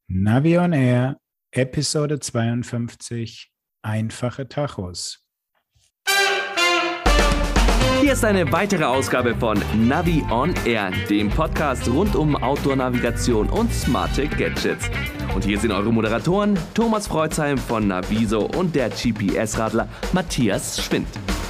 Navi on Air, Episode 52, einfache Tachos. Hier ist eine weitere Ausgabe von Navi on Air, dem Podcast rund um Outdoor-Navigation und smarte Gadgets. Und hier sind eure Moderatoren Thomas Freuzheim von Naviso und der GPS-Radler Matthias Schwind.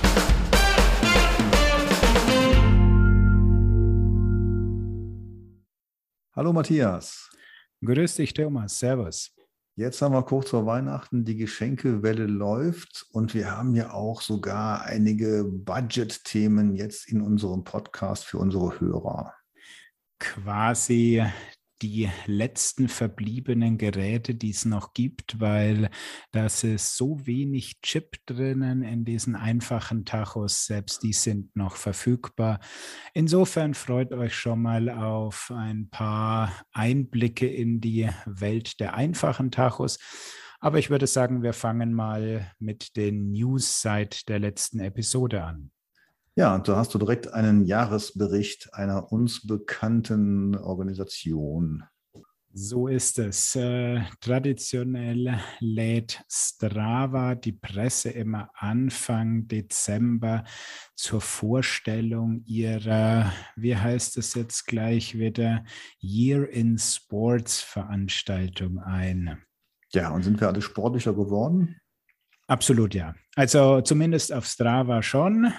Hallo Matthias. Grüß dich, Thomas. Servus. Jetzt haben wir kurz vor Weihnachten, die Geschenkewelle läuft und wir haben ja auch sogar einige Budget-Themen jetzt in unserem Podcast für unsere Hörer. Quasi die letzten verbliebenen Geräte, die es noch gibt, weil das ist so wenig Chip drinnen in diesen einfachen Tachos, selbst die sind noch verfügbar. Insofern freut euch schon mal auf ein paar Einblicke in die Welt der einfachen Tachos. Aber ich würde sagen, wir fangen mal mit den News seit der letzten Episode an. Ja, und da hast du direkt einen Jahresbericht einer uns bekannten Organisation. So ist es. Traditionell lädt Strava die Presse immer Anfang Dezember zur Vorstellung ihrer, wie heißt es jetzt gleich wieder, Year in Sports Veranstaltung ein. Ja, und sind wir alle sportlicher geworden? Absolut, ja. Also zumindest auf Strava schon.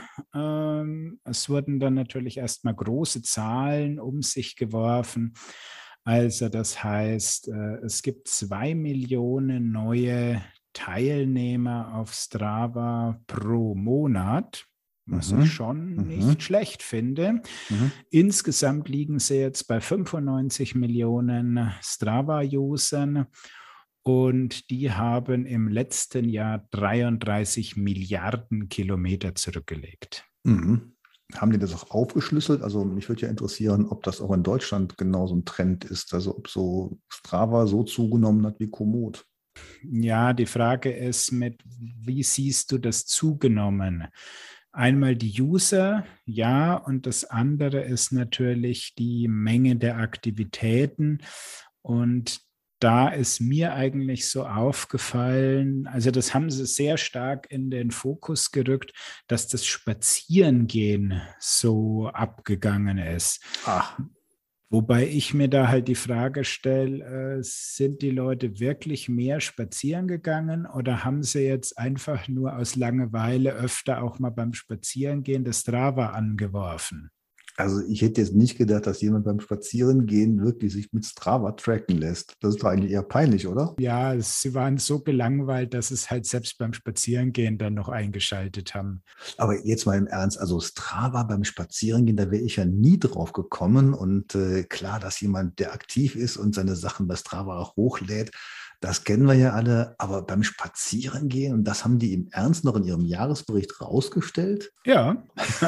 Es wurden dann natürlich erstmal große Zahlen um sich geworfen. Also das heißt, es gibt 2 Millionen neue Teilnehmer auf Strava pro Monat, was ich schon nicht schlecht finde. Insgesamt liegen sie jetzt bei 95 Millionen Strava-Usern. Und die haben im letzten Jahr 33 Milliarden Kilometer zurückgelegt. Mhm. Haben die das auch aufgeschlüsselt? Also mich würde ja interessieren, ob das auch in Deutschland genauso ein Trend ist. Also ob so Strava so zugenommen hat wie Komoot. Ja, die Frage ist, wie siehst du das zugenommen? Einmal die User, ja, und das andere ist natürlich die Menge der Aktivitäten. Und da ist mir eigentlich so aufgefallen, also das haben sie sehr stark in den Fokus gerückt, dass das Spazierengehen so abgegangen ist. Ach. Wobei ich mir da halt die Frage stelle, sind die Leute wirklich mehr spazieren gegangen oder haben sie jetzt einfach nur aus Langeweile öfter auch mal beim Spazierengehen das Strava angeworfen? Also ich hätte jetzt nicht gedacht, dass jemand beim Spazierengehen wirklich sich mit Strava tracken lässt. Das ist doch eigentlich eher peinlich, oder? Ja, sie waren so gelangweilt, dass es halt selbst beim Spazierengehen dann noch eingeschaltet haben. Aber jetzt mal im Ernst, also Strava beim Spazierengehen, da wäre ich ja nie drauf gekommen. Und klar, dass jemand, der aktiv ist und seine Sachen bei Strava auch hochlädt, das kennen wir ja alle, aber beim Spazierengehen, und das haben die im Ernst noch in ihrem Jahresbericht rausgestellt? Ja.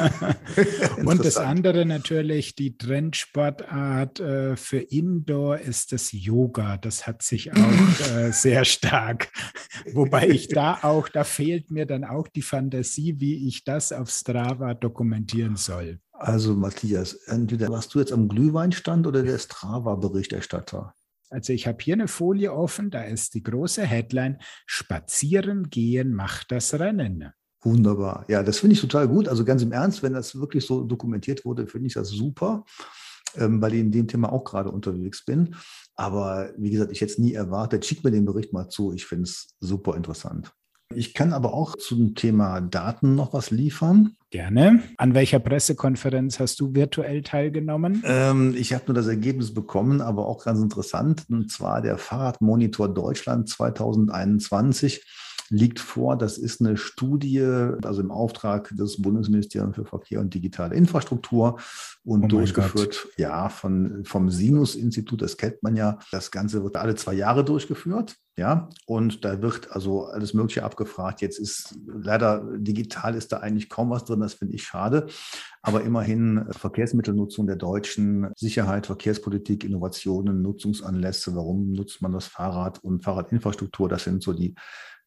Und das andere natürlich, die Trendsportart für Indoor ist das Yoga. Das hat sich auch sehr stark, wobei da fehlt mir dann auch die Fantasie, wie ich das auf Strava dokumentieren soll. Also Matthias, entweder warst du jetzt am Glühweinstand oder der Strava-Berichterstatter? Also ich habe hier eine Folie offen, da ist die große Headline, Spazieren gehen macht das Rennen. Wunderbar. Ja, das finde ich total gut. Also ganz im Ernst, wenn das wirklich so dokumentiert wurde, finde ich das super, weil ich in dem Thema auch gerade unterwegs bin. Aber wie gesagt, ich hätte es nie erwartet. Schick mir den Bericht mal zu. Ich finde es super interessant. Ich kann aber auch zum Thema Daten noch was liefern. Gerne. An welcher Pressekonferenz hast du virtuell teilgenommen? Ich habe nur das Ergebnis bekommen, aber auch ganz interessant. Und zwar der Fahrradmonitor Deutschland 2021 liegt vor. Das ist eine Studie, also im Auftrag des Bundesministeriums für Verkehr und digitale Infrastruktur und durchgeführt, ja, vom Sinus-Institut, das kennt man ja. Das Ganze wird alle 2 Jahre durchgeführt, ja, und da wird also alles Mögliche abgefragt. Jetzt ist leider digital ist da eigentlich kaum was drin, das finde ich schade. Aber immerhin Verkehrsmittelnutzung der Deutschen, Sicherheit, Verkehrspolitik, Innovationen, Nutzungsanlässe, warum nutzt man das Fahrrad und Fahrradinfrastruktur, das sind so die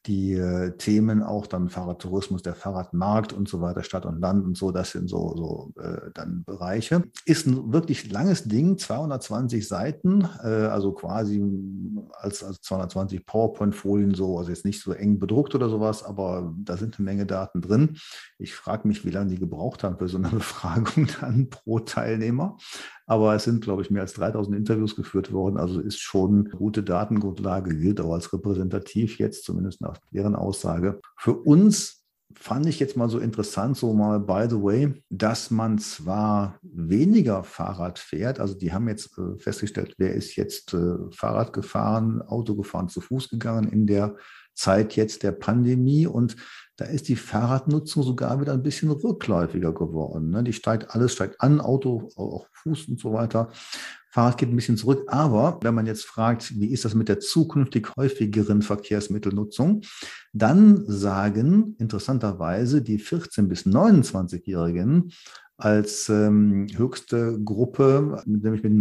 die Themen auch dann Fahrradtourismus, der Fahrradmarkt und so weiter, Stadt und Land und so, das sind so dann Bereiche. Ist ein wirklich langes Ding, 220 Seiten, also quasi als 220 PowerPoint-Folien so, also jetzt nicht so eng bedruckt oder sowas, aber da sind eine Menge Daten drin. Ich frage mich, wie lange die gebraucht haben für so eine Befragung dann pro Teilnehmer. Aber es sind, glaube ich, mehr als 3000 Interviews geführt worden. Also ist schon eine gute Datengrundlage, gilt auch als repräsentativ jetzt, zumindest nach deren Aussage. Für uns fand ich jetzt mal so interessant, so mal by the way, dass man zwar weniger Fahrrad fährt, also die haben jetzt festgestellt, wer ist jetzt Fahrrad gefahren, Auto gefahren, zu Fuß gegangen in der Zeit jetzt der Pandemie, und da ist die Fahrradnutzung sogar wieder ein bisschen rückläufiger geworden. Ne? Alles steigt an, Auto, auch Fuß und so weiter. Fahrrad geht ein bisschen zurück. Aber wenn man jetzt fragt, wie ist das mit der zukünftig häufigeren Verkehrsmittelnutzung, dann sagen interessanterweise die 14- bis 29-Jährigen als höchste Gruppe, nämlich mit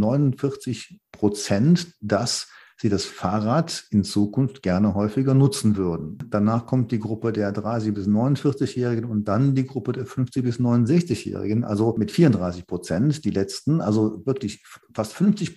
49%, dass sie das Fahrrad in Zukunft gerne häufiger nutzen würden. Danach kommt die Gruppe der 30- bis 49-Jährigen und dann die Gruppe der 50- bis 69-Jährigen, also mit 34%, die letzten, also wirklich fast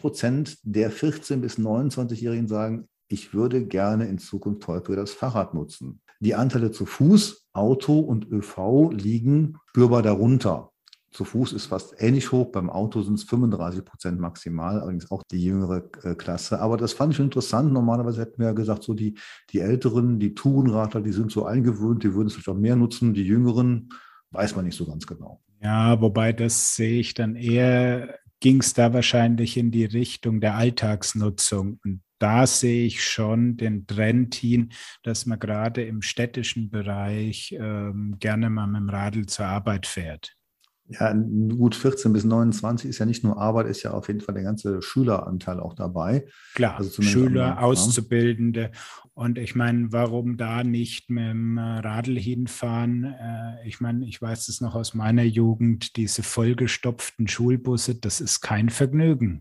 50% der 14- bis 29-Jährigen sagen, ich würde gerne in Zukunft häufiger das Fahrrad nutzen. Die Anteile zu Fuß, Auto und ÖV liegen spürbar darunter. Zu Fuß ist fast ähnlich hoch, beim Auto sind es 35% maximal, allerdings auch die jüngere Klasse. Aber das fand ich interessant. Normalerweise hätten wir ja gesagt, so die Älteren, die Tourenradler, die sind so eingewöhnt, die würden es vielleicht auch mehr nutzen. Die Jüngeren weiß man nicht so ganz genau. Ja, wobei das sehe ich dann eher, ging es da wahrscheinlich in die Richtung der Alltagsnutzung. Und da sehe ich schon den Trend hin, dass man gerade im städtischen Bereich gerne mal mit dem Radl zur Arbeit fährt. Ja, gut 14 bis 29 ist ja nicht nur Arbeit, ist ja auf jeden Fall der ganze Schüleranteil auch dabei. Klar, also Schüler, Auszubildende. Und ich meine, warum da nicht mit dem Radl hinfahren? Ich meine, ich weiß es noch aus meiner Jugend, diese vollgestopften Schulbusse, das ist kein Vergnügen.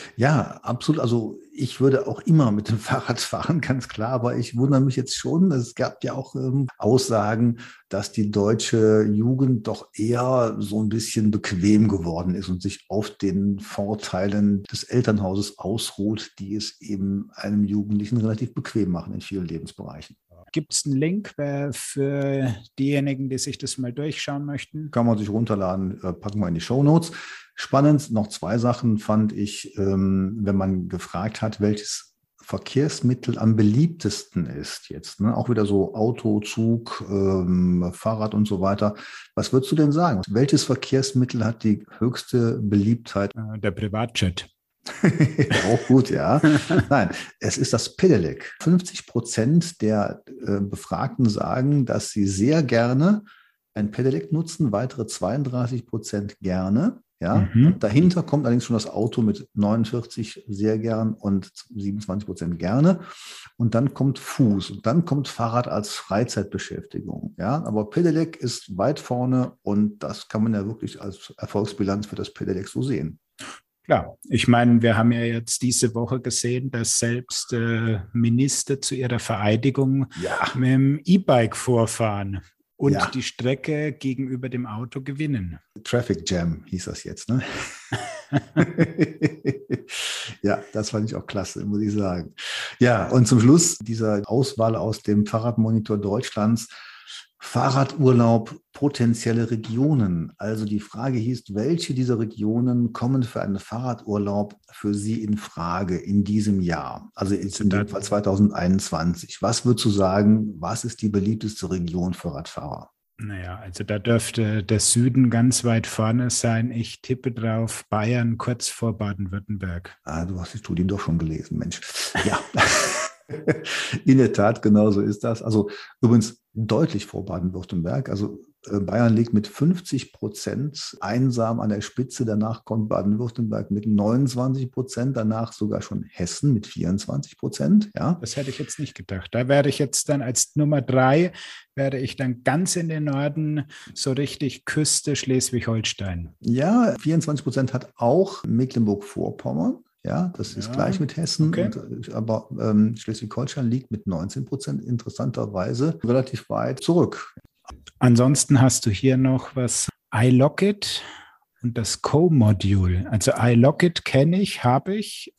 Ja, absolut. Also ich würde auch immer mit dem Fahrrad fahren, ganz klar. Aber ich wundere mich jetzt schon. Es gab ja auch Aussagen, dass die deutsche Jugend doch eher so ein bisschen bequem geworden ist und sich auf den Vorteilen des Elternhauses ausruht, die es eben einem Jugendlichen relativ bequem machen in vielen Lebensbereichen. Gibt es einen Link für diejenigen, die sich das mal durchschauen möchten? Kann man sich runterladen, packen wir in die Shownotes. Spannend, noch 2 Sachen fand ich, wenn man gefragt hat, welches Verkehrsmittel am beliebtesten ist jetzt, ne? Auch wieder so Auto, Zug, Fahrrad und so weiter. Was würdest du denn sagen? Welches Verkehrsmittel hat die höchste Beliebtheit? Der Privatjet. Auch gut, ja. Nein, es ist das Pedelec. 50% der Befragten sagen, dass sie sehr gerne ein Pedelec nutzen, weitere 32% gerne. Ja, und dahinter kommt allerdings schon das Auto mit 49 sehr gern und 27% gerne. Und dann kommt Fuß und dann kommt Fahrrad als Freizeitbeschäftigung. Ja, aber Pedelec ist weit vorne und das kann man ja wirklich als Erfolgsbilanz für das Pedelec so sehen. Klar, ich meine, wir haben ja jetzt diese Woche gesehen, dass selbst Minister zu ihrer Vereidigung mit dem E-Bike vorfahren und die Strecke gegenüber dem Auto gewinnen. Traffic Jam hieß das jetzt, ne? Ja, das fand ich auch klasse, muss ich sagen. Ja, und zum Schluss dieser Auswahl aus dem Fahrradmonitor Deutschlands. Fahrradurlaub, potenzielle Regionen. Also die Frage hieß, welche dieser Regionen kommen für einen Fahrradurlaub für Sie in Frage in diesem Jahr? Also jetzt in dem Fall 2021. Was würdest du sagen, was ist die beliebteste Region für Radfahrer? Naja, also da dürfte der Süden ganz weit vorne sein. Ich tippe drauf Bayern kurz vor Baden-Württemberg. Ah, du hast die Studien doch schon gelesen, Mensch. Ja. In der Tat, genau so ist das. Also übrigens deutlich vor Baden-Württemberg. Also Bayern liegt mit 50% einsam an der Spitze. Danach kommt Baden-Württemberg mit 29%. Danach sogar schon Hessen mit 24%. Ja. Das hätte ich jetzt nicht gedacht. Da werde ich jetzt dann als Nummer 3, werde ich dann ganz in den Norden, so richtig Küste Schleswig-Holstein. Ja, 24% hat auch Mecklenburg-Vorpommern. Ja, das ist Ja, gleich mit Hessen. okay. Aber Schleswig-Holstein liegt mit 19% interessanterweise relativ weit zurück. Ansonsten hast du hier noch was iLockit und das Co-Module. Also iLockit kenne ich, habe ich.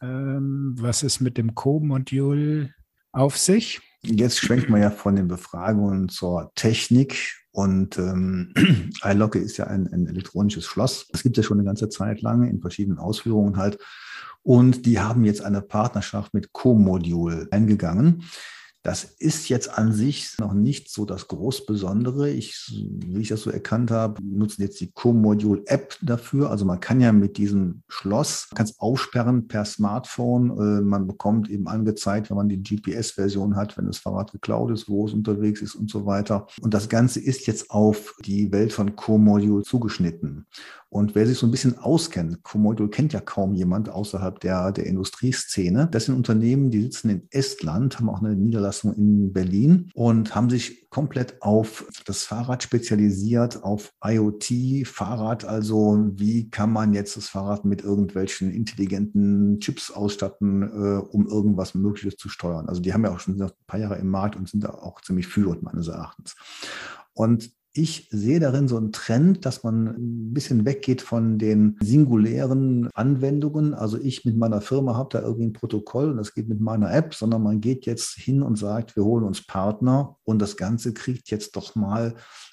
Was ist mit dem Co-Module auf sich? Jetzt schwenkt man ja von den Befragungen zur Technik. Und iLockit ist ja ein elektronisches Schloss. Das gibt es ja schon eine ganze Zeit lang in verschiedenen Ausführungen halt. Und die haben jetzt eine Partnerschaft mit Co-Module eingegangen. Das ist jetzt an sich noch nicht so das groß Besondere. Wie ich das so erkannt habe, nutzen jetzt die Co-Module-App dafür. Also man kann ja mit diesem Schloss, man kann es aufsperren per Smartphone. Man bekommt eben angezeigt, wenn man die GPS-Version hat, wenn das Fahrrad geklaut ist, wo es unterwegs ist und so weiter. Und das Ganze ist jetzt auf die Welt von Co-Module zugeschnitten. Und wer sich so ein bisschen auskennt, Co-Module kennt ja kaum jemand außerhalb der Industrieszene. Das sind Unternehmen, die sitzen in Estland, haben auch eine Niederlassung in Berlin und haben sich komplett auf das Fahrrad spezialisiert, auf IoT, Fahrrad. Also wie kann man jetzt das Fahrrad mit irgendwelchen intelligenten Chips ausstatten, um irgendwas Mögliches zu steuern. Also die haben ja auch schon ein paar Jahre im Markt und sind da auch ziemlich führend meines Erachtens. Und ich sehe darin so einen Trend, dass man ein bisschen weggeht von den singulären Anwendungen. Also ich mit meiner Firma habe da irgendwie ein Protokoll und das geht mit meiner App, sondern man geht jetzt hin und sagt, wir holen uns Partner und das Ganze kriegt jetzt doch mal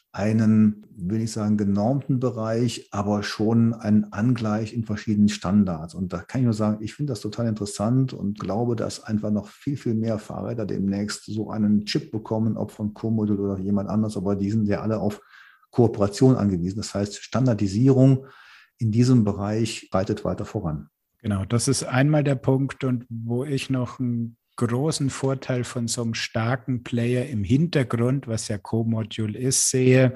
einen, will ich sagen, genormten Bereich, aber schon einen Angleich in verschiedenen Standards. Und da kann ich nur sagen, ich finde das total interessant und glaube, dass einfach noch viel, viel mehr Fahrräder demnächst so einen Chip bekommen, ob von Co-Module oder jemand anders, aber die sind ja alle auf Kooperation angewiesen. Das heißt, Standardisierung in diesem Bereich reitet weiter voran. Genau, das ist einmal der Punkt und wo ich noch einen großen Vorteil von so einem starken Player im Hintergrund, was ja Co-Module ist, sehe,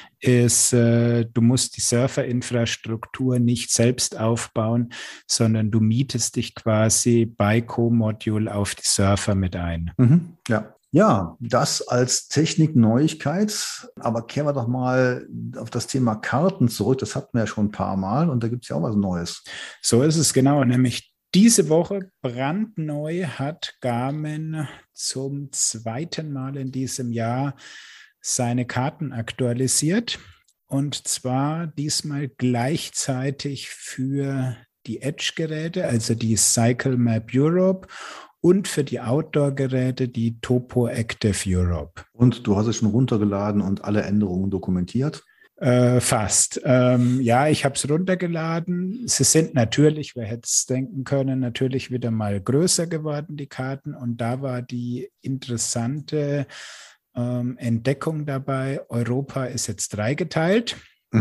ist, du musst die Surferinfrastruktur nicht selbst aufbauen, sondern du mietest dich quasi bei Co-Module auf die Surfer mit ein. Ja. Ja, das als Technikneuigkeit. Aber kehren wir doch mal auf das Thema Karten zurück. Das hatten wir ja schon ein paar Mal und da gibt es ja auch was Neues. So ist es genau, nämlich diese Woche brandneu hat Garmin zum zweiten Mal in diesem Jahr seine Karten aktualisiert. Und zwar diesmal gleichzeitig für die Edge-Geräte, also die Cycle Map Europe und für die Outdoor-Geräte die Topo Active Europe. Und du hast es schon runtergeladen und alle Änderungen dokumentiert? Fast. Ja, ich habe es runtergeladen. Sie sind natürlich, wer hätte es denken können, natürlich wieder mal größer geworden, die Karten. Und da war die interessante Entdeckung dabei. Europa ist jetzt dreigeteilt.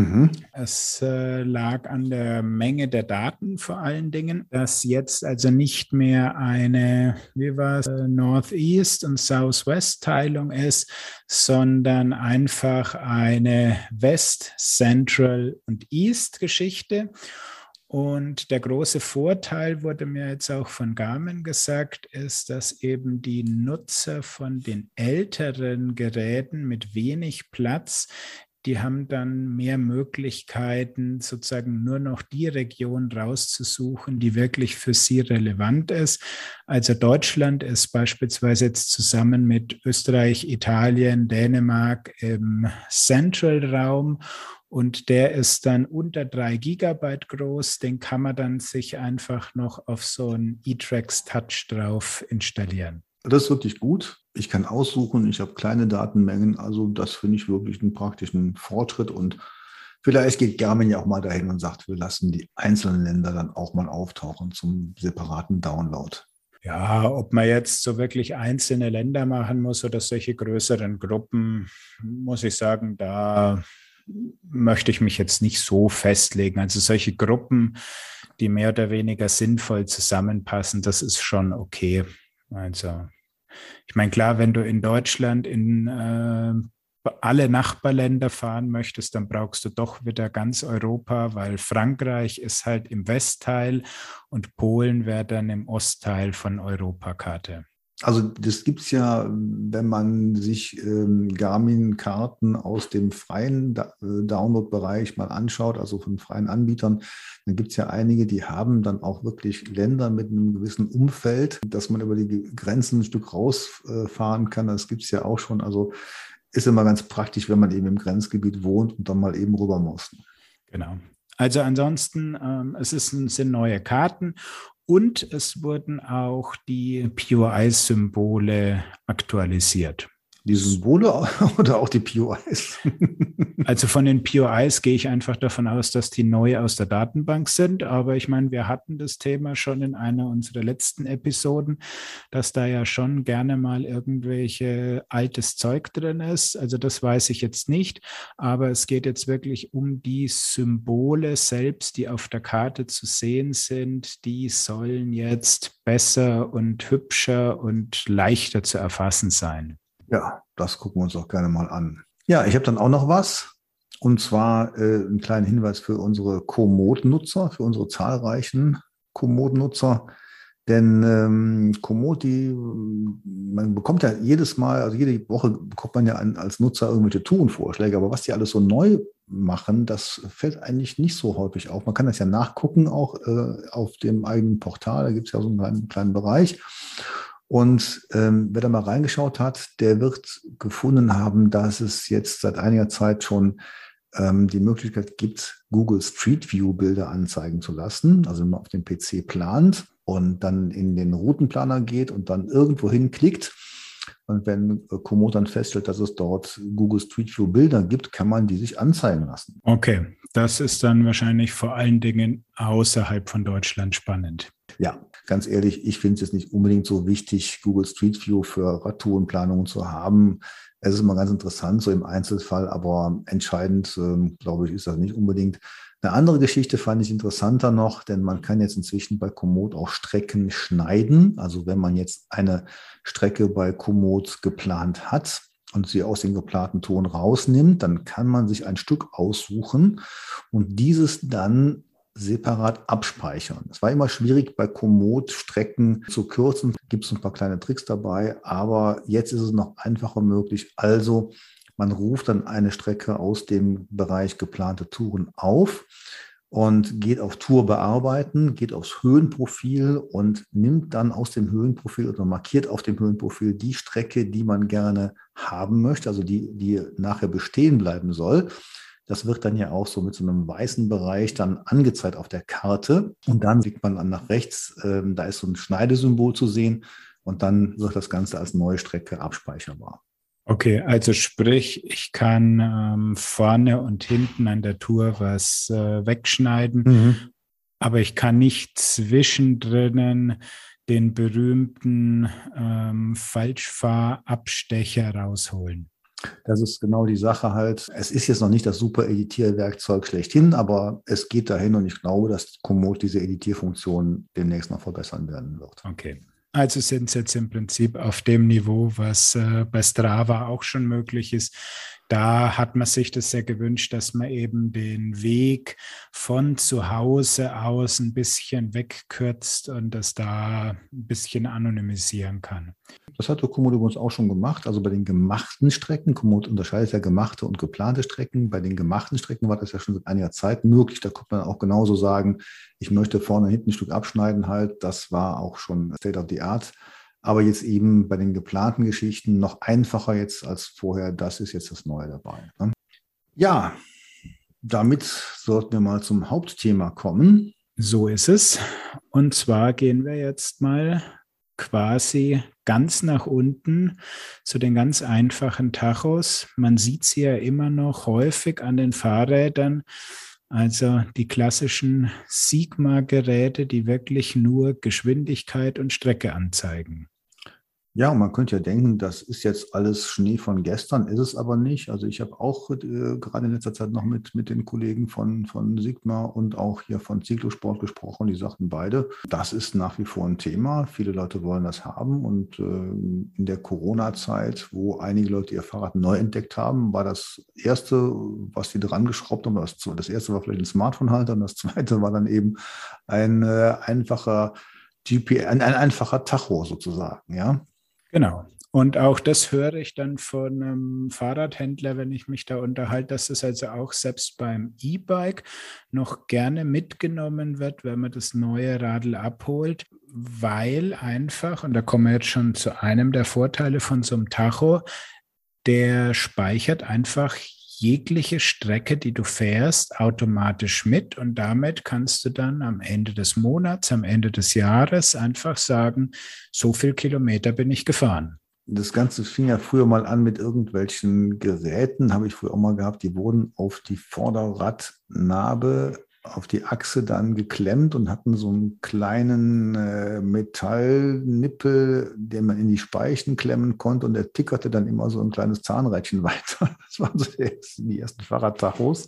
Es lag an der Menge der Daten vor allen Dingen, dass jetzt also nicht mehr eine, wie war es, Northeast und Southwest-Teilung ist, sondern einfach eine West, Central und East-Geschichte. Und der große Vorteil, wurde mir jetzt auch von Garmin gesagt, ist, dass eben die Nutzer von den älteren Geräten mit wenig Platz, die haben dann mehr Möglichkeiten, sozusagen nur noch die Region rauszusuchen, die wirklich für sie relevant ist. Also Deutschland ist beispielsweise jetzt zusammen mit Österreich, Italien, Dänemark im Central-Raum und der ist dann unter 3 Gigabyte groß. Den kann man dann sich einfach noch auf so ein eTrax Touch drauf installieren. Das ist wirklich gut. Ich kann aussuchen, ich habe kleine Datenmengen, also das finde ich wirklich einen praktischen Fortschritt und vielleicht geht Garmin ja auch mal dahin und sagt, wir lassen die einzelnen Länder dann auch mal auftauchen zum separaten Download. Ja, ob man jetzt so wirklich einzelne Länder machen muss oder solche größeren Gruppen, muss ich sagen, da möchte ich mich jetzt nicht so festlegen. Also solche Gruppen, die mehr oder weniger sinnvoll zusammenpassen, das ist schon okay. Also ich meine, klar, wenn du in Deutschland in alle Nachbarländer fahren möchtest, dann brauchst du doch wieder ganz Europa, weil Frankreich ist halt im Westteil und Polen wäre dann im Ostteil von Europakarte. Also das gibt es ja, wenn man sich Garmin-Karten aus dem freien Download-Bereich mal anschaut, also von freien Anbietern, dann gibt es ja einige, die haben dann auch wirklich Länder mit einem gewissen Umfeld, dass man über die Grenzen ein Stück rausfahren kann. Das gibt es ja auch schon. Also ist immer ganz praktisch, wenn man eben im Grenzgebiet wohnt und dann mal eben rüber muss. Genau. Also ansonsten, sind neue Karten. Und es wurden auch die POI-Symbole aktualisiert. Die Symbole oder auch die POIs? Also von den POIs gehe ich einfach davon aus, dass die neu aus der Datenbank sind. Aber ich meine, wir hatten das Thema schon in einer unserer letzten Episoden, dass da ja schon gerne mal irgendwelche altes Zeug drin ist. Also das weiß ich jetzt nicht. Aber es geht jetzt wirklich um die Symbole selbst, die auf der Karte zu sehen sind. Die sollen jetzt besser und hübscher und leichter zu erfassen sein. Ja, das gucken wir uns auch gerne mal an. Ja, ich habe dann auch noch was. Und zwar einen kleinen Hinweis für unsere Komoot-Nutzer, für unsere zahlreichen Komoot-Nutzer. Denn Komoot, man bekommt ja jedes Mal, also jede Woche bekommt man ja als Nutzer irgendwelche Tourenvorschläge. Aber was die alles so neu machen, das fällt eigentlich nicht so häufig auf. Man kann das ja nachgucken, auch auf dem eigenen Portal. Da gibt es ja so einen kleinen Bereich. Und wer da mal reingeschaut hat, der wird gefunden haben, dass es jetzt seit einiger Zeit schon die Möglichkeit gibt, Google Street View Bilder anzeigen zu lassen. Also wenn man auf dem PC plant und dann in den Routenplaner geht und dann irgendwo hinklickt. Und wenn Komoot dann feststellt, dass es dort Google Street View Bilder gibt, kann man die sich anzeigen lassen. Okay, das ist dann wahrscheinlich vor allen Dingen außerhalb von Deutschland spannend. Ja, ganz ehrlich, ich finde es jetzt nicht unbedingt so wichtig, Google Street View für Radtourenplanungen zu haben. Es ist immer ganz interessant, so im Einzelfall, aber entscheidend, glaube ich, ist das nicht unbedingt. Eine andere Geschichte fand ich interessanter noch, denn man kann jetzt inzwischen bei Komoot auch Strecken schneiden. Also wenn man jetzt eine Strecke bei Komoot geplant hat und sie aus den geplanten Touren rausnimmt, dann kann man sich ein Stück aussuchen und dieses dann separat abspeichern. Es war immer schwierig, bei Komoot Strecken zu kürzen. Gibt es ein paar kleine Tricks dabei, aber jetzt ist es noch einfacher möglich. Also man ruft dann eine Strecke aus dem Bereich geplante Touren auf und geht auf Tour bearbeiten, geht aufs Höhenprofil und nimmt dann aus dem Höhenprofil oder markiert auf dem Höhenprofil die Strecke, die man gerne haben möchte, also die nachher bestehen bleiben soll. Das wird dann ja auch so mit so einem weißen Bereich dann angezeigt auf der Karte. Und dann klickt man dann nach rechts, da ist so ein Schneidesymbol zu sehen. Und dann wird das Ganze als neue Strecke abspeicherbar. Okay, also sprich, ich kann vorne und hinten an der Tour was wegschneiden, aber ich kann nicht zwischendrin den berühmten Falschfahrabstecher rausholen. Das ist genau die Sache halt. Es ist jetzt noch nicht das super Editierwerkzeug schlechthin, aber es geht dahin und ich glaube, dass Komoot diese Editierfunktion demnächst noch verbessern werden wird. Okay. Also sind es jetzt im Prinzip auf dem Niveau, was bei Strava auch schon möglich ist. Da hat man sich das sehr gewünscht, dass man eben den Weg von zu Hause aus ein bisschen wegkürzt und das da ein bisschen anonymisieren kann. Das hat Komoot übrigens auch schon gemacht. Also bei den gemachten Strecken, Komoot unterscheidet ja gemachte und geplante Strecken. Bei den gemachten Strecken war das ja schon seit einiger Zeit möglich. Da konnte man auch genauso sagen, ich möchte vorne und hinten ein Stück abschneiden halt. Das war auch schon State of the Art. Aber jetzt eben bei den geplanten Geschichten noch einfacher jetzt als vorher. Das ist jetzt das Neue dabei. Ne? Ja, damit sollten wir mal zum Hauptthema kommen. So ist es. Und zwar gehen wir jetzt mal quasi ganz nach unten zu den ganz einfachen Tachos. Man sieht sie ja immer noch häufig an den Fahrrädern. Also die klassischen Sigma-Geräte, die wirklich nur Geschwindigkeit und Strecke anzeigen. Ja, und man könnte ja denken, das ist jetzt alles Schnee von gestern, ist es aber nicht. Also ich habe auch gerade in letzter Zeit noch mit den Kollegen von Sigma und auch hier von Cyclosport gesprochen. Die sagten beide, das ist nach wie vor ein Thema. Viele Leute wollen das haben und in der Corona-Zeit, wo einige Leute ihr Fahrrad neu entdeckt haben, war das Erste, was sie dran geschraubt haben, das Erste war vielleicht ein Smartphone-Halter und das Zweite war dann eben ein einfacher GPS, ein einfacher Tacho sozusagen, ja. Genau. Und auch das höre ich dann von einem Fahrradhändler, wenn ich mich da unterhalte, dass es also auch selbst beim E-Bike noch gerne mitgenommen wird, wenn man das neue Radl abholt, weil einfach, und da kommen wir jetzt schon zu einem der Vorteile von so einem Tacho, der speichert einfach jegliche Strecke, die du fährst, automatisch mit und damit kannst du dann am Ende des Monats, am Ende des Jahres einfach sagen, so viel Kilometer bin ich gefahren. Das Ganze fing ja früher mal an mit irgendwelchen Geräten, habe ich früher auch mal gehabt, die wurden auf die Vorderradnabe, auf die Achse dann geklemmt und hatten so einen kleinen Metallnippel, den man in die Speichen klemmen konnte und der tickerte dann immer so ein kleines Zahnrädchen weiter. Das waren so die ersten Fahrradtachos.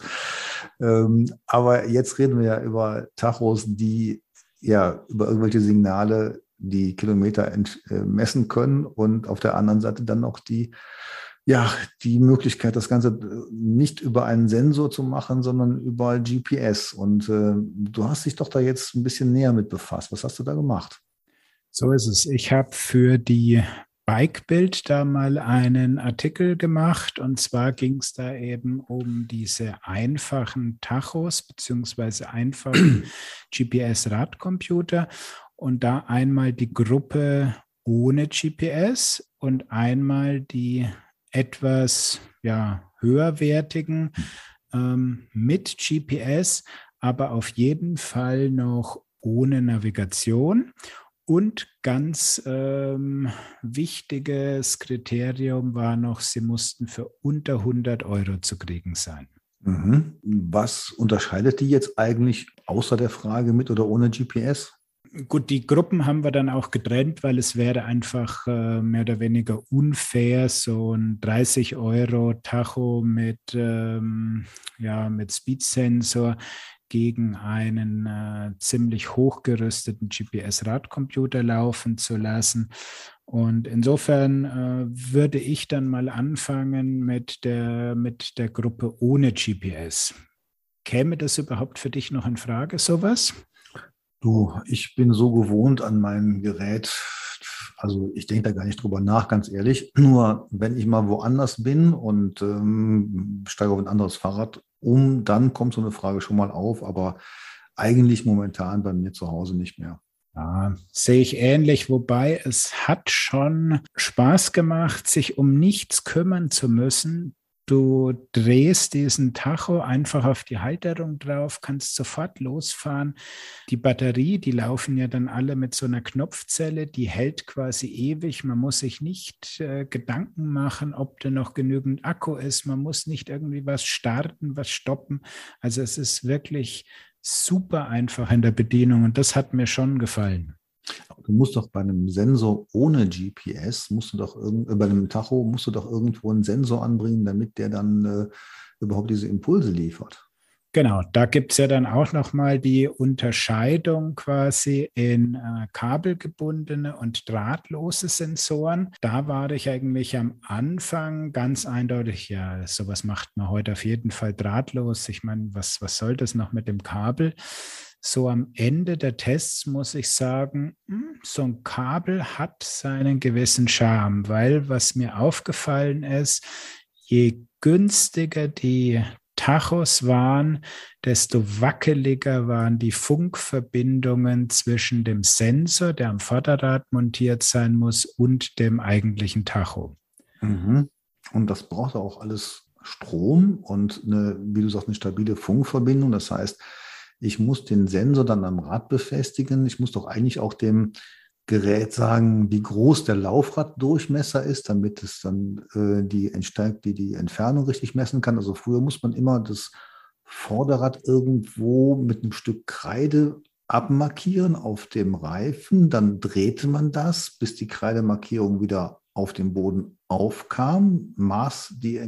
Aber jetzt reden wir ja über Tachos, die ja über irgendwelche Signale die Kilometer messen können und auf der anderen Seite dann noch die Möglichkeit, das Ganze nicht über einen Sensor zu machen, sondern über GPS. Und du hast dich doch da jetzt ein bisschen näher mit befasst. Was hast du da gemacht? So ist es. Ich habe für die Bikebild da mal einen Artikel gemacht und zwar ging es da eben um diese einfachen Tachos beziehungsweise einfachen GPS-Radcomputer und da einmal die Gruppe ohne GPS und einmal die etwas höherwertigen mit GPS, aber auf jeden Fall noch ohne Navigation. Und ganz wichtiges Kriterium war noch, sie mussten für unter 100 Euro zu kriegen sein. Mhm. Was unterscheidet die jetzt eigentlich außer der Frage mit oder ohne GPS? Gut, die Gruppen haben wir dann auch getrennt, weil es wäre einfach mehr oder weniger unfair, so ein 30 Euro Tacho mit Speed-Sensor gegen einen ziemlich hochgerüsteten GPS-Radcomputer laufen zu lassen. Und insofern würde ich dann mal anfangen mit der Gruppe ohne GPS. Käme das überhaupt für dich noch in Frage, sowas? Du, ich bin so gewohnt an mein Gerät, also ich denke da gar nicht drüber nach, ganz ehrlich. Nur wenn ich mal woanders bin und steige auf ein anderes Fahrrad um, dann kommt so eine Frage schon mal auf, aber eigentlich momentan bei mir zu Hause nicht mehr. Ja, sehe ich ähnlich, wobei es hat schon Spaß gemacht, sich um nichts kümmern zu müssen. Du drehst diesen Tacho einfach auf die Halterung drauf, kannst sofort losfahren. Die Batterie, die laufen ja dann alle mit so einer Knopfzelle, die hält quasi ewig. Man muss sich nicht Gedanken machen, ob da noch genügend Akku ist. Man muss nicht irgendwie was starten, was stoppen. Also es ist wirklich super einfach in der Bedienung und das hat mir schon gefallen. Du musst doch bei einem Sensor ohne GPS, bei einem Tacho musst du doch irgendwo einen Sensor anbringen, damit der dann überhaupt diese Impulse liefert. Genau, da gibt es ja dann auch nochmal die Unterscheidung quasi in kabelgebundene und drahtlose Sensoren. Da war ich eigentlich am Anfang ganz eindeutig, ja, sowas macht man heute auf jeden Fall drahtlos. Ich meine, was soll das noch mit dem Kabel? So am Ende der Tests muss ich sagen, so ein Kabel hat seinen gewissen Charme, weil was mir aufgefallen ist, je günstiger die Tachos waren, desto wackeliger waren die Funkverbindungen zwischen dem Sensor, der am Vorderrad montiert sein muss, und dem eigentlichen Tacho. Mhm. Und das braucht auch alles Strom und wie du sagst, eine stabile Funkverbindung. Das heißt, ich muss den Sensor dann am Rad befestigen. Ich muss doch eigentlich auch dem Gerät sagen, wie groß der Laufraddurchmesser ist, damit es dann die Entfernung richtig messen kann. Also früher muss man immer das Vorderrad irgendwo mit einem Stück Kreide abmarkieren auf dem Reifen. Dann drehte man das, bis die Kreidemarkierung wieder auf dem Boden aufkam, maß die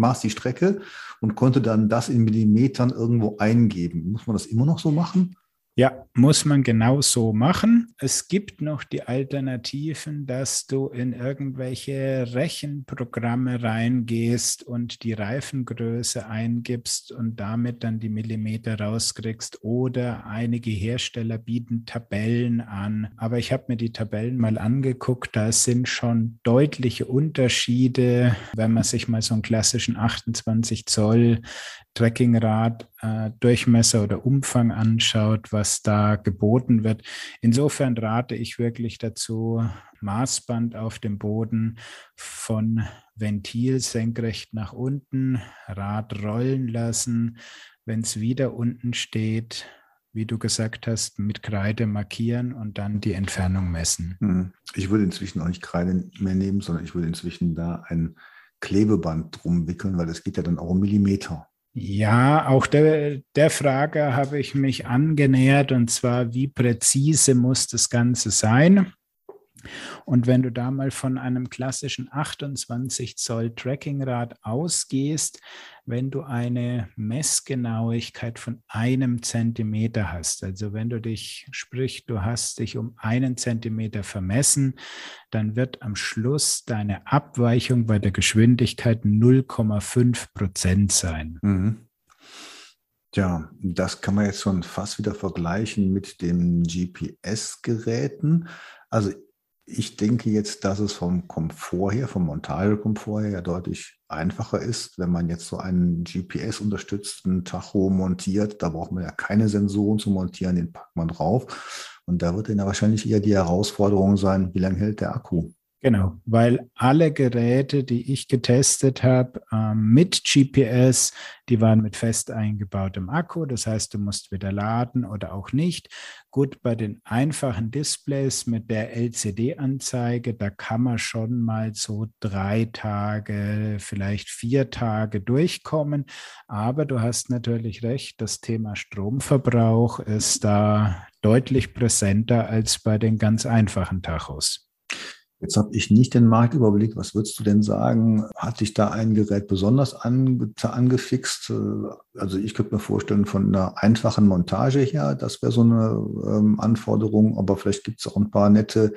Strecke und konnte dann das in Millimetern irgendwo eingeben. Muss man das immer noch so machen? Ja, muss man genau so machen. Es gibt noch die Alternativen, dass du in irgendwelche Rechenprogramme reingehst und die Reifengröße eingibst und damit dann die Millimeter rauskriegst. Oder einige Hersteller bieten Tabellen an. Aber ich habe mir die Tabellen mal angeguckt. Da sind schon deutliche Unterschiede, wenn man sich mal so einen klassischen 28 Zoll Trekkingrad, Durchmesser oder Umfang anschaut, was da geboten wird. Insofern rate ich wirklich dazu, Maßband auf dem Boden von Ventil senkrecht nach unten, Rad rollen lassen. Wenn es wieder unten steht, wie du gesagt hast, mit Kreide markieren und dann die Entfernung messen. Ich würde inzwischen auch nicht Kreide mehr nehmen, sondern ich würde inzwischen da ein Klebeband drum wickeln, weil es geht ja dann auch um Millimeter. Ja, auch der Frage habe ich mich angenähert, und zwar, wie präzise muss das Ganze sein? Und wenn du da mal von einem klassischen 28 Zoll Trackingrad ausgehst, wenn du eine Messgenauigkeit von 1 Zentimeter hast, also wenn du du hast dich um 1 Zentimeter vermessen, dann wird am Schluss deine Abweichung bei der Geschwindigkeit 0,5% sein. Tja, das kann man jetzt schon fast wieder vergleichen mit den GPS-Geräten. Also ich denke jetzt, dass es vom Komfort her, vom Montagekomfort her ja deutlich einfacher ist, wenn man jetzt so einen GPS-unterstützten Tacho montiert. Da braucht man ja keine Sensoren zu montieren, den packt man drauf. Und da wird dann ja wahrscheinlich eher die Herausforderung sein, wie lange hält der Akku? Genau, weil alle Geräte, die ich getestet habe, mit GPS, die waren mit fest eingebautem Akku. Das heißt, du musst wieder laden oder auch nicht. Gut, bei den einfachen Displays mit der LCD-Anzeige, da kann man schon mal so 3 Tage, vielleicht 4 Tage durchkommen. Aber du hast natürlich recht, das Thema Stromverbrauch ist da deutlich präsenter als bei den ganz einfachen Tachos. Jetzt habe ich nicht den Marktüberblick. Was würdest du denn sagen? Hat dich da ein Gerät besonders angefixt? Also ich könnte mir vorstellen, von einer einfachen Montage her, das wäre so eine Anforderung. Aber vielleicht gibt es auch ein paar nette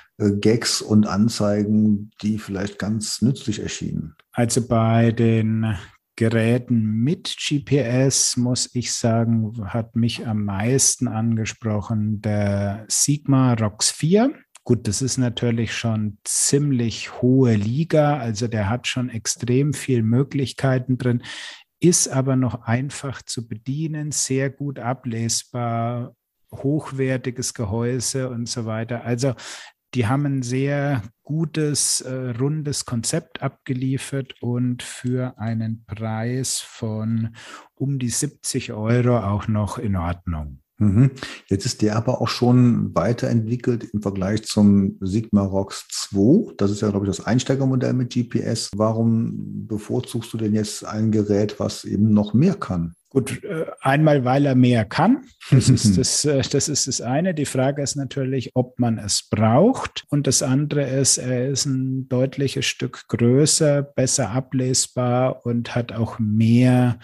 Gags und Anzeigen, die vielleicht ganz nützlich erschienen. Also bei den Geräten mit GPS, muss ich sagen, hat mich am meisten angesprochen der Sigma ROX 4. Gut, das ist natürlich schon ziemlich hohe Liga, also der hat schon extrem viele Möglichkeiten drin, ist aber noch einfach zu bedienen, sehr gut ablesbar, hochwertiges Gehäuse und so weiter. Also die haben ein sehr gutes, rundes Konzept abgeliefert und für einen Preis von um die 70 € auch noch in Ordnung. Jetzt ist der aber auch schon weiterentwickelt im Vergleich zum Sigma ROX 2. Das ist ja, glaube ich, das Einsteigermodell mit GPS. Warum bevorzugst du denn jetzt ein Gerät, was eben noch mehr kann? Gut, einmal, weil er mehr kann. Das ist das eine. Die Frage ist natürlich, ob man es braucht. Und das andere ist, er ist ein deutliches Stück größer, besser ablesbar und hat auch mehr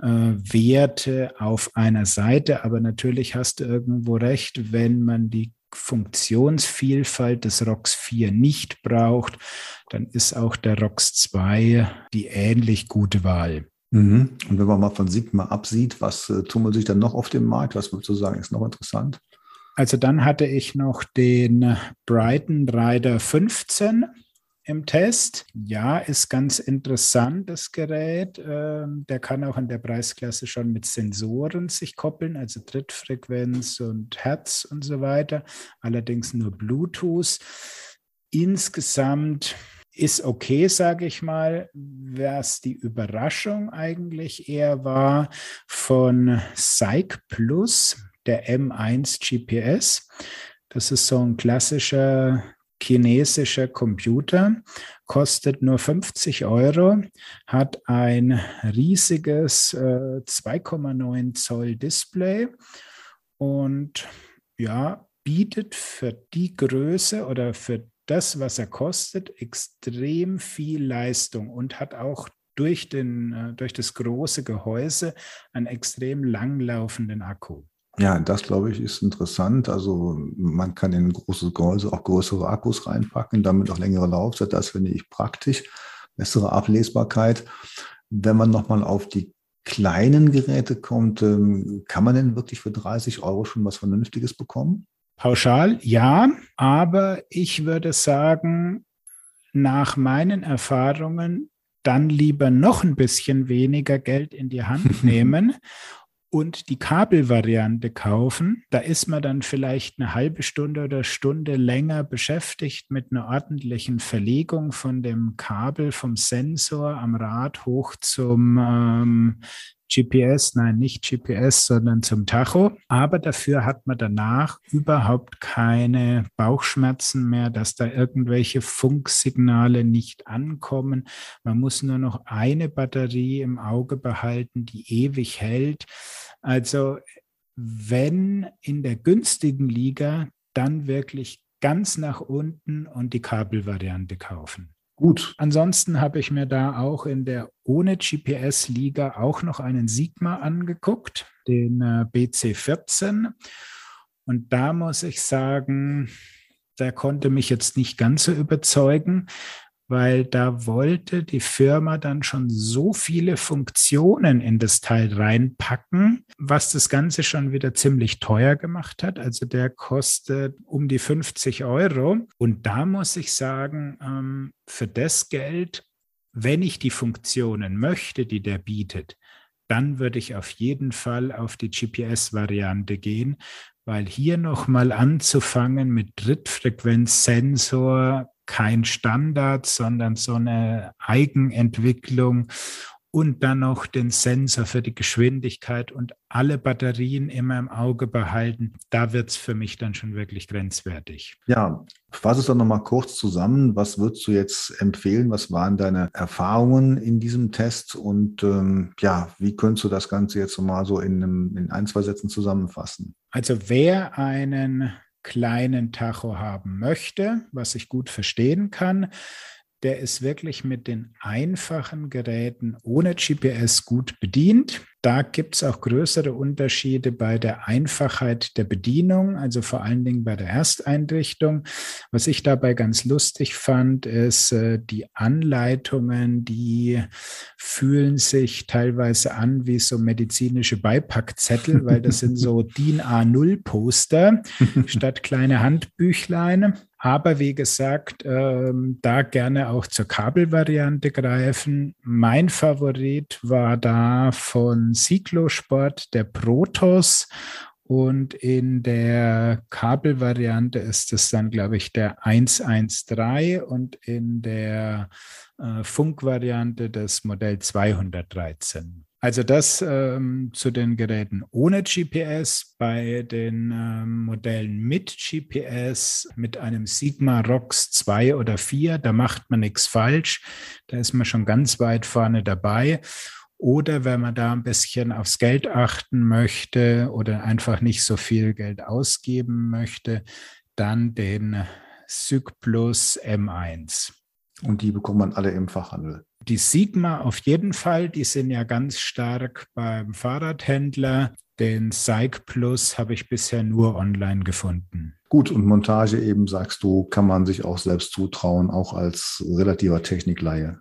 Werte auf einer Seite. Aber natürlich hast du irgendwo recht, wenn man die Funktionsvielfalt des ROX 4 nicht braucht, dann ist auch der ROX 2 die ähnlich gute Wahl. Und wenn man mal von Sigma absieht, was tummelt sich dann noch auf dem Markt? Was würdest du sagen, ist noch interessant? Also dann hatte ich noch den Brighton Rider 15 im Test. Ja, ist ganz interessant, das Gerät. Der kann auch in der Preisklasse schon mit Sensoren sich koppeln, also Trittfrequenz und Hertz und so weiter. Allerdings nur Bluetooth. Insgesamt ist okay, sage ich mal. Was die Überraschung eigentlich eher war von SAIC Plus, der M1 GPS. Das ist so ein klassischer chinesischer Computer, kostet nur 50 €, hat ein riesiges 2,9 Zoll Display und ja, bietet für die Größe oder für das, was er kostet, extrem viel Leistung und hat auch durch das große Gehäuse einen extrem langlaufenden Akku. Ja, das glaube ich ist interessant. Also man kann in ein großes Gehäuse auch größere Akkus reinpacken, damit auch längere Laufzeit. Das finde ich praktisch, bessere Ablesbarkeit. Wenn man nochmal auf die kleinen Geräte kommt, kann man denn wirklich für 30 Euro schon was Vernünftiges bekommen? Pauschal, ja, aber ich würde sagen, nach meinen Erfahrungen dann lieber noch ein bisschen weniger Geld in die Hand nehmen und die Kabelvariante kaufen. Da ist man dann vielleicht eine halbe Stunde oder Stunde länger beschäftigt mit einer ordentlichen Verlegung von dem Kabel vom Sensor am Rad hoch zum GPS, nein, nicht GPS, sondern zum Tacho. Aber dafür hat man danach überhaupt keine Bauchschmerzen mehr, dass da irgendwelche Funksignale nicht ankommen. Man muss nur noch eine Batterie im Auge behalten, die ewig hält. Also wenn in der günstigen Liga, dann wirklich ganz nach unten und die Kabelvariante kaufen. Gut. Ansonsten habe ich mir da auch in der ohne GPS-Liga auch noch einen Sigma angeguckt, den BC14. Und da muss ich sagen, der konnte mich jetzt nicht ganz so überzeugen, weil da wollte die Firma dann schon so viele Funktionen in das Teil reinpacken, was das Ganze schon wieder ziemlich teuer gemacht hat. Also der kostet um die 50 Euro. Und da muss ich sagen, für das Geld, wenn ich die Funktionen möchte, die der bietet, dann würde ich auf jeden Fall auf die GPS-Variante gehen, weil hier nochmal anzufangen mit Trittfrequenzsensor, kein Standard, sondern so eine Eigenentwicklung und dann noch den Sensor für die Geschwindigkeit und alle Batterien immer im Auge behalten, da wird es für mich dann schon wirklich grenzwertig. Ja, fass es doch nochmal kurz zusammen. Was würdest du jetzt empfehlen? Was waren deine Erfahrungen in diesem Test? Und wie könntest du das Ganze jetzt mal so in ein, zwei Sätzen zusammenfassen? Also wer einen kleinen Tacho haben möchte, was ich gut verstehen kann, der ist wirklich mit den einfachen Geräten ohne GPS gut bedient. Da gibt es auch größere Unterschiede bei der Einfachheit der Bedienung, also vor allen Dingen bei der Ersteinrichtung. Was ich dabei ganz lustig fand, ist die Anleitungen, die fühlen sich teilweise an wie so medizinische Beipackzettel, weil das sind so DIN A0-Poster statt kleine Handbüchlein. Aber wie gesagt, da gerne auch zur Kabelvariante greifen. Mein Favorit war da von Cyclosport, der Protos. Und in der Kabelvariante ist es dann, glaube ich, der 113 und in der Funkvariante das Modell 213. Also das zu den Geräten ohne GPS. Bei den Modellen mit GPS, mit einem Sigma ROX 2 oder 4, da macht man nichts falsch. Da ist man schon ganz weit vorne dabei. Oder wenn man da ein bisschen aufs Geld achten möchte oder einfach nicht so viel Geld ausgeben möchte, dann den SyncPlus M1. Und die bekommt man alle im Fachhandel. Die Sigma auf jeden Fall, die sind ja ganz stark beim Fahrradhändler. Den SyncPlus habe ich bisher nur online gefunden. Gut, und Montage eben, sagst du, kann man sich auch selbst zutrauen, auch als relativer Technikleihe.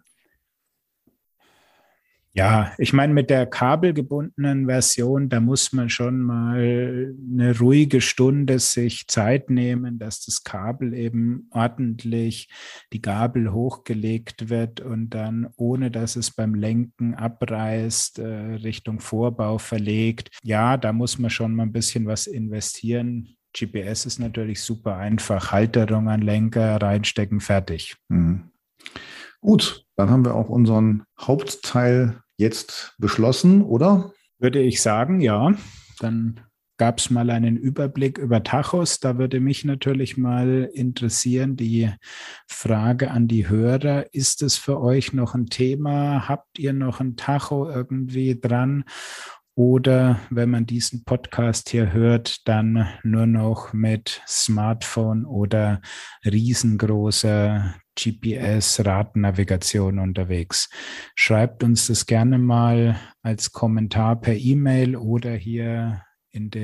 Ja, ich meine, mit der kabelgebundenen Version, da muss man schon mal eine ruhige Stunde sich Zeit nehmen, dass das Kabel eben ordentlich die Gabel hochgelegt wird und dann, ohne dass es beim Lenken abreißt, Richtung Vorbau verlegt. Ja, da muss man schon mal ein bisschen was investieren. GPS ist natürlich super einfach. Halterung an Lenker, reinstecken, fertig. Mhm. Gut, dann haben wir auch unseren Hauptteil jetzt beschlossen, oder? Würde ich sagen, ja. Dann gab es mal einen Überblick über Tachos. Da würde mich natürlich mal interessieren, die Frage an die Hörer, ist es für euch noch ein Thema? Habt ihr noch ein Tacho irgendwie dran? Oder wenn man diesen Podcast hier hört, dann nur noch mit Smartphone oder riesengroßer GPS-Radnavigation unterwegs. Schreibt uns das gerne mal als Kommentar per E-Mail oder hier in den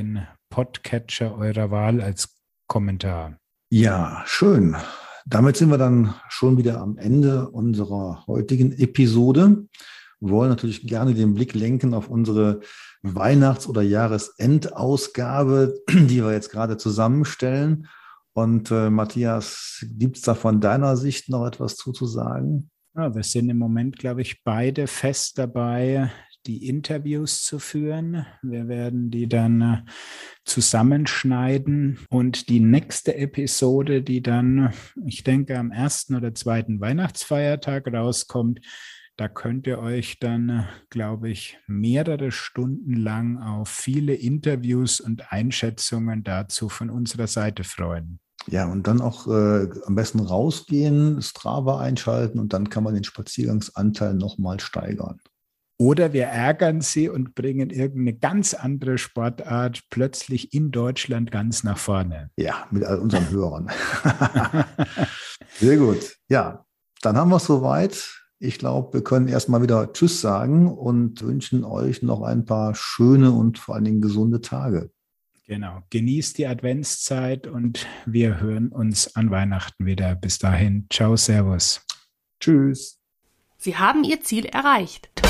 Podcatcher eurer Wahl als Kommentar. Ja, schön. Damit sind wir dann schon wieder am Ende unserer heutigen Episode. Wir wollen natürlich gerne den Blick lenken auf unsere Weihnachts- oder Jahresendausgabe, die wir jetzt gerade zusammenstellen. Und Matthias, gibt es da von deiner Sicht noch etwas zuzusagen? Ja, wir sind im Moment, glaube ich, beide fest dabei, die Interviews zu führen. Wir werden die dann zusammenschneiden und die nächste Episode, die dann, ich denke, am 1. oder 2. Weihnachtsfeiertag rauskommt, da könnt ihr euch dann, glaube ich, mehrere Stunden lang auf viele Interviews und Einschätzungen dazu von unserer Seite freuen. Ja, und dann auch am besten rausgehen, Strava einschalten und dann kann man den Spaziergangsanteil nochmal steigern. Oder wir ärgern sie und bringen irgendeine ganz andere Sportart plötzlich in Deutschland ganz nach vorne. Ja, mit all unseren Hörern. Sehr gut. Ja, dann haben wir es soweit. Ich glaube, wir können erstmal wieder Tschüss sagen und wünschen euch noch ein paar schöne und vor allen Dingen gesunde Tage. Genau. Genießt die Adventszeit und wir hören uns an Weihnachten wieder. Bis dahin. Ciao, Servus. Tschüss. Sie haben Ihr Ziel erreicht.